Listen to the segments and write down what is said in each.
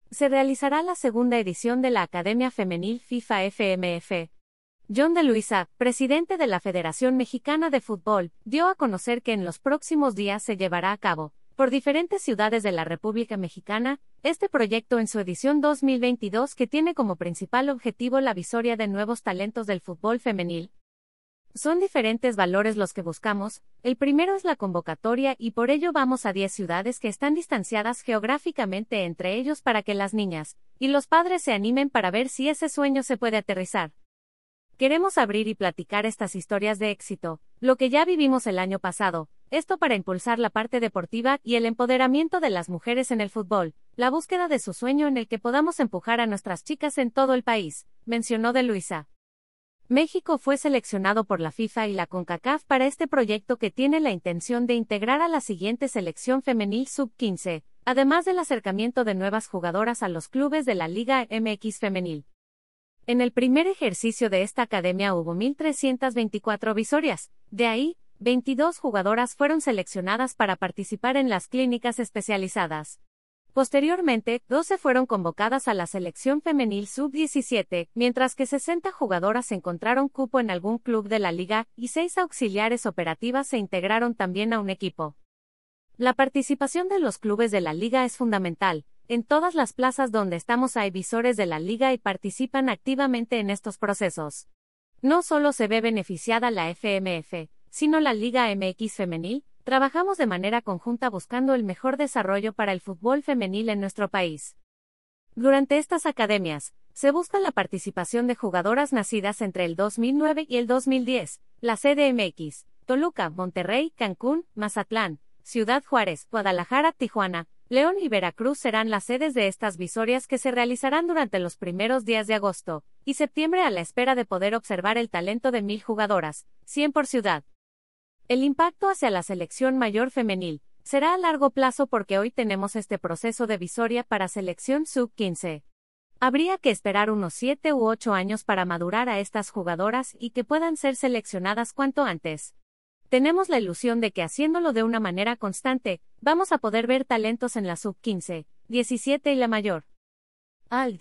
Se realizará la segunda edición de la Academia Femenil FIFA FMF. John de Luisa, presidente de la Federación Mexicana de Fútbol, dio a conocer que en los próximos días se llevará a cabo, por diferentes ciudades de la República Mexicana, este proyecto en su edición 2022 que tiene como principal objetivo la visoria de nuevos talentos del fútbol femenil. Son diferentes valores los que buscamos, el primero es la convocatoria y por ello vamos a 10 ciudades que están distanciadas geográficamente entre ellos para que las niñas y los padres se animen para ver si ese sueño se puede aterrizar. Queremos abrir y platicar estas historias de éxito, lo que ya vivimos el año pasado, esto para impulsar la parte deportiva y el empoderamiento de las mujeres en el fútbol, la búsqueda de su sueño en el que podamos empujar a nuestras chicas en todo el país, mencionó de Luisa. México fue seleccionado por la FIFA y la CONCACAF para este proyecto que tiene la intención de integrar a la siguiente selección femenil sub-15, además del acercamiento de nuevas jugadoras a los clubes de la Liga MX femenil. En el primer ejercicio de esta academia hubo 1.324 visorias, de ahí, 22 jugadoras fueron seleccionadas para participar en las clínicas especializadas. Posteriormente, 12 fueron convocadas a la selección femenil sub-17, mientras que 60 jugadoras encontraron cupo en algún club de la liga, y 6 auxiliares operativas se integraron también a un equipo. La participación de los clubes de la liga es fundamental. En todas las plazas donde estamos hay visores de la liga y participan activamente en estos procesos. No solo se ve beneficiada la FMF, sino la Liga MX femenil. Trabajamos de manera conjunta buscando el mejor desarrollo para el fútbol femenil en nuestro país. Durante estas academias, se busca la participación de jugadoras nacidas entre el 2009 y el 2010, la CDMX, Toluca, Monterrey, Cancún, Mazatlán, Ciudad Juárez, Guadalajara, Tijuana, León y Veracruz serán las sedes de estas visorias que se realizarán durante los primeros días de agosto y septiembre a la espera de poder observar el talento de 1.000 jugadoras, 100 por ciudad. El impacto hacia la selección mayor femenil será a largo plazo porque hoy tenemos este proceso de visoria para selección sub-15. Habría que esperar unos 7 u 8 años para madurar a estas jugadoras y que puedan ser seleccionadas cuanto antes. Tenemos la ilusión de que haciéndolo de una manera constante, vamos a poder ver talentos en la sub-15, 17 y la mayor. ALD.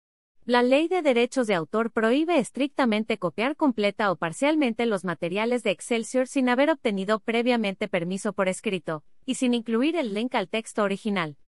La Ley de Derechos de Autor prohíbe estrictamente copiar completa o parcialmente los materiales de Excelsior sin haber obtenido previamente permiso por escrito, y sin incluir el link al texto original.